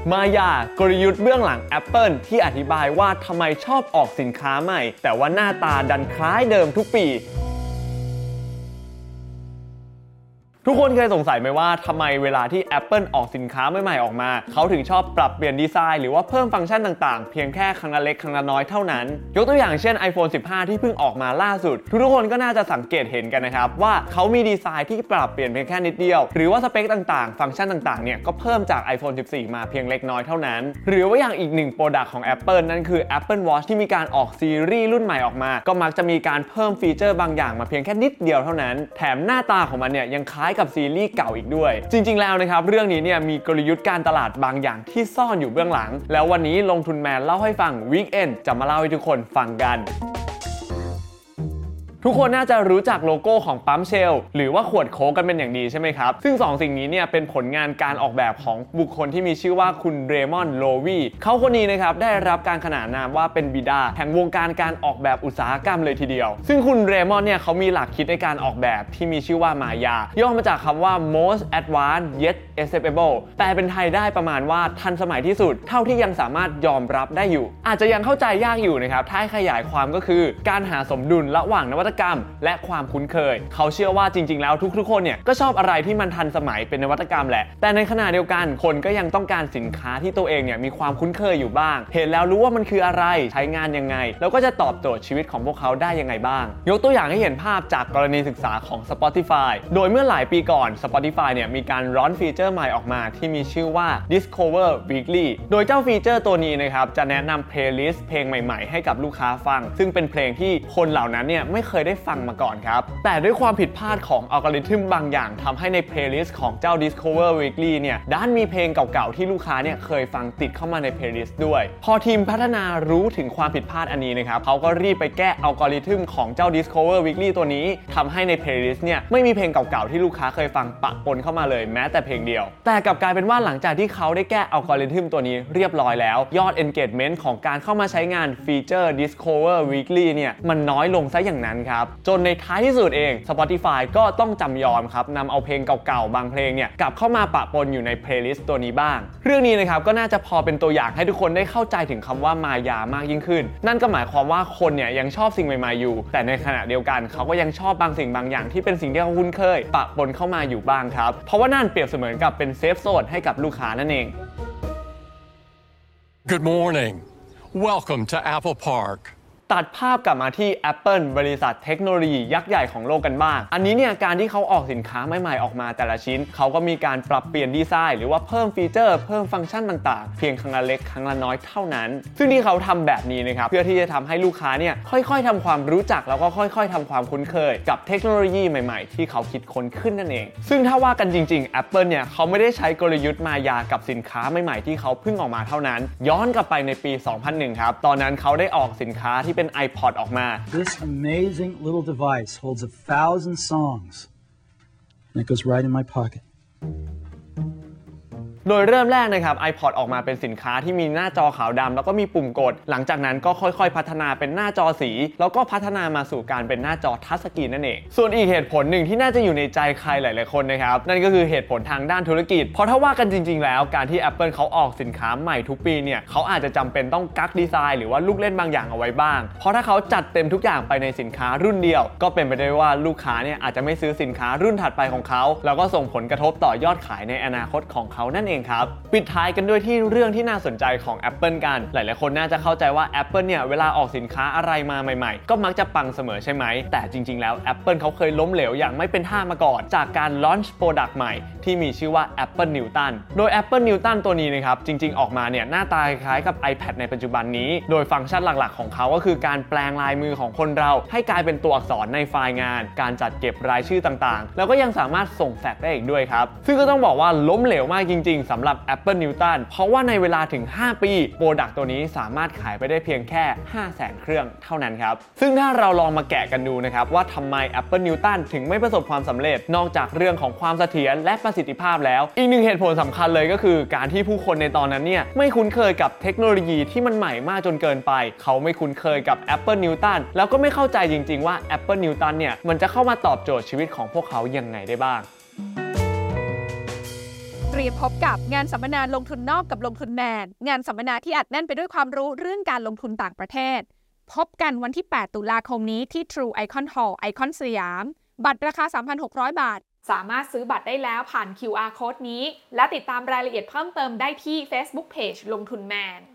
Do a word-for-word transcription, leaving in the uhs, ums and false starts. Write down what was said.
มายากลยุทธ์เบื้องหลัง Apple ที่อธิบายว่าทำไมชอบออกสินค้าใหม่แต่ว่าหน้าตาดันคล้ายเดิมทุกปีทุกคนเคยสงสัยไหมว่าทำไมเวลาที่ Apple ออกสินค้าใหม่ๆออกมาเขาถึงชอบปรับเปลี่ยนดีไซน์หรือว่าเพิ่มฟังก์ชันต่างๆเพียงแค่ครั้งละเล็กครั้งละน้อยเท่านั้นยกตัวอย่างเช่น iPhone สิบห้า ที่เพิ่งออกมาล่าสุดทุกๆคนก็น่าจะสังเกตเห็นกันนะครับว่าเขามีดีไซน์ที่ปรับเปลี่ยนเพียงแค่นิดเดียวหรือว่าสเปคต่างๆฟังก์ชันต่างๆเนี่ยก็เพิ่มจาก iPhone สิบสี่ มาเพียงเล็กน้อยเท่านั้นหรือว่าอย่างอีกหนึ่งโปรดักต์ของ Apple นั่นคือ Apple Watch ที่มีการออกซีรีส์รุ่นใหม่ออกมาก็มักจะมีการเพิ่มฟีเจอร์บางอย่างมาเพียงแค่นิดเดียวเท่านั้นแถมหน้าตาของมันเนี่ยยังคล้ายกับซีรีส์เก่าอีกด้วยจริงๆแล้วนะครับเรื่องนี้เนี่ยมีกลยุทธ์การตลาดบางอย่างที่ซ่อนอยู่เบื้องหลังแล้ววันนี้ลงทุนแมนเล่าให้ฟัง Weekend จะมาเล่าให้ทุกคนฟังกันทุกคนน่าจะรู้จักโลโก้ของปั๊มเชลหรือว่าขวดโค้กกันเป็นอย่างดีใช่ไหมครับซึ่งสองสิ่งนี้เนี่ยเป็นผลงานการออกแบบของบุคคลที่มีชื่อว่าคุณเรมอนด์ โลวีเขาคนนี้นะครับได้รับการขนานนามว่าเป็นบิดาแห่งวงการการออกแบบอุตสาหกรรมเลยทีเดียวซึ่งคุณเรมอนด์เนี่ยเขามีหลักคิดในการออกแบบที่มีชื่อว่ามายาย่อมาจากคำว่า most advanced yet acceptable แปลเป็นไทยได้ประมาณว่าทันสมัยที่สุดเท่าที่ยังสามารถยอมรับได้อยู่อาจจะยังเข้าใจยากอยู่นะครับถ้าขยายความก็คือการหาสมดุลระหว่างนวัตกรรมและความคุ้นเคยเขาเชื่อว่าจริงๆแล้วทุกๆคนเนี่ยก็ชอบอะไรที่มันทันสมัยเป็นนวัตกรรมแหละแต่ในขณะเดียวกันคนก็ยังต้องการสินค้าที่ตัวเองเนี่ยมีความคุ้นเคยอยู่บ้างเห็นแล้วรู้ว่ามันคืออะไรใช้งานยังไงแล้วก็จะตอบโจทย์ชีวิตของพวกเขาได้ยังไงบ้างยกตัวอย่างให้เห็นภาพจากกรณีศึกษาของ Spotify โดยเมื่อหลายปีก่อน Spotify เนี่ยมีการร้อนฟีเจอร์ใหม่ออกมาที่มีชื่อว่า Discover Weekly โดยเจ้าฟีเจอร์ตัวนี้นะครับจะแนะนำเพลย์ลิสต์เพลงใหม่ๆให้กับลูกค้าฟังซึ่งเป็นเพลงที่คนเหล่านั้นเนี่ยไม่เคยได้ฟังมาก่อนครับแต่ด้วยความผิดพลาดของอัลกอริทึมบางอย่างทำให้ในเพลย์ลิสต์ของเจ้า Discover Weekly เนี่ยด้านมีเพลงเก่าๆที่ลูกค้าเนี่ยเคยฟังติดเข้ามาในเพลย์ลิสต์ด้วยพอทีมพัฒนารู้ถึงความผิดพลาดอันนี้นะครับเขาก็รีบไปแก้อัลกอริทึมของเจ้า Discover Weekly ตัวนี้ทำให้ในเพลย์ลิสต์เนี่ยไม่มีเพลงเก่าๆที่ลูกค้าเคยฟังปะปนเข้ามาเลยแม้แต่เพลงเดียวแต่กลับกลายเป็นว่าหลังจากที่เขาได้แก้อัลกอริทึมตัวนี้เรียบร้อยแล้วยอด engagement ของการเข้ามาใช้งานฟีเจอร์ Discover Weekly เนี่ยมันน้อยลงซะอย่างนั้นครับจนในท้ายที่สุดเอง Spotify ก็ต้องจำยอมครับนำเอาเพลงเก่าๆบางเพลงเนี่ยกลับเข้ามาปะปนอยู่ในเพลย์ลิสต์ตัวนี้บ้างเรื่องนี้นะครับก็น่าจะพอเป็นตัวอย่างให้ทุกคนได้เข้าใจถึงคำว่ามายามากยิ่งขึ้นนั่นก็หมายความว่าคนเนี่ยยังชอบสิ่งใหม่ๆอยู่แต่ในขณะเดียวกันเขาก็ยังชอบบางสิ่งบางอย่างที่เป็นสิ่งที่เขาคุ้นเคยปะปนเข้ามาอยู่บ้างครับเพราะว่านั่นเปรียบเสมือนกับเป็นเซฟโซนให้กับลูกค้านั่นเอง Good morning. Welcome to Apple Park. ตัดภาพกลับมาที่ Apple บริษัทเทคโนโลยียักษ์ใหญ่ของโลกกันบ้างอันนี้เนี่ยการที่เขาออกสินค้าใหม่ๆออกมาแต่ละชิ้นเขาก็มีการปรับเปลี่ยนดีไซน์หรือว่าเพิ่มฟีเจอร์เพิ่มฟังก์ชันต่างๆเพียงครั้งละเล็กครั้งละน้อยเท่านั้นซึ่งที่เขาทำแบบนี้นะครับเพื่อที่จะทำให้ลูกค้าเนี่ยค่อยๆทำความรู้จักแล้วก็ค่อยๆทำความคุ้นเคยกับเทคโนโลยีใหม่ๆที่เขาคิดค้นขึ้นนั่นเองซึ่งถ้าว่ากันจริงๆ Apple เนี่ยเขาไม่ได้ใช้กลยุทธ์มายากับสินค้าใหม่ๆที่เขาเพิ่งออกมาเท่านั้นย้อนกลับไปในปี สองพันหนึ่ง ครับตอนนั้นเขาได้ออกสินค้าที่เป็น iPod ออก This amazing little device holds a thousand songs, and it goes right in my pocket. โดยเริ่มแรกนะครับ iPod ออกมาเป็นสินค้าที่มีหน้าจอขาวดำแล้วก็มีปุ่มกดหลังจากนั้นก็ค่อยๆพัฒนาเป็นหน้าจอสีแล้วก็พัฒนามาสู่การเป็นหน้าจอทัชสกรีนนั่นเองส่วนอีกเหตุผลหนึ่งที่น่าจะอยู่ในใจใครหลายๆคนนะครับนั่นก็คือเหตุผลทางด้านธุรกิจเพราะถ้าว่ากันจริงๆแล้วการที่ Apple เขาออกสินค้าใหม่ทุกปีเนี่ยเขาอาจจะจำเป็นต้องกักดีไซน์หรือว่าลูกเล่นบางอย่างเอาไว้บ้างเพราะถ้าเขาจัดเต็มทุกอย่างไปในสินค้ารุ่นเดียวก็เป็นไปได้ว่าลูกค้าเนี่ยอาจจะไม่ซื้อสินค้ารุ่นถัดไปของเขาแล้วก็ส่งผลกระทบต่อยอดขายในอนาคตของเขานั่นเองครับปิดท้ายกันด้วยที่เรื่องที่น่าสนใจของ Apple กันหลายๆคนน่าจะเข้าใจว่า Apple เนี่ยเวลาออกสินค้าอะไรมาใหม่ๆก็มักจะปังเสมอใช่ไหมแต่จริงๆแล้ว Apple เขาเคยล้มเหลวอย่างไม่เป็นท่ามาก่อนจากการ launch product ใหม่ที่มีชื่อว่า Apple Newton โดย Apple Newton ตัวนี้นะครับจริงๆออกมาเนี่ยหน้าตาคล้ายกับ iPad ในปัจจุบันนี้โดยฟังก์ชันหลักๆของเขาก็คือการแปลงลายมือของคนเราให้กลายเป็นตัวอักษรในไฟล์งานการจัดเก็บรายชื่อต่างๆแล้วก็ยังสามารถส่งแฟกซ์ได้อีกด้วยครับซึ่งก็ต้องบอกว่าล้มเหลวมากจริงๆสำหรับ Apple Newton เพราะว่าในเวลาถึงห้าปีโปรดักต์ตัวนี้สามารถขายไปได้เพียงแค่ ห้าแสน เครื่องเท่านั้นครับซึ่งถ้าเราลองมาแกะกันดูนะครับว่าทำไม Apple Newton ถึงไม่ประสบความสำเร็จนอกจากเรื่องของความเสถียรและประสิทธิภาพแล้วอีกหนึ่งเหตุผลสำคัญเลยก็คือการที่ผู้คนในตอนนั้นเนี่ยไม่คุ้นเคยกับเทคโนโลยีที่มันใหม่มากจนเกินไปเขาไม่คุ้นเคยกับ Apple Newton แล้วก็ไม่เข้าใจจริงๆว่า Apple Newton เนี่ยมันจะเข้ามาตอบโจทย์ชีวิตของพวกเขายังไงได้บ้างเตรียมพบกับงานสัมมนาลงทุนนอกกับลงทุนแมนงานสัมมนาที่อัดแน่นไปด้วยความรู้เรื่องการลงทุนต่างประเทศพบกันวันที่แปดตุลาคมนี้ที่ True Icon Hall ไอคอนสยามบัตรราคา สามพันหกร้อย บาทสามารถซื้อบัตรได้แล้วผ่าน คิว อาร์ Code นี้และติดตามรายละเอียดเพิ่มเติมได้ที่ Facebook Page ลงทุนแมน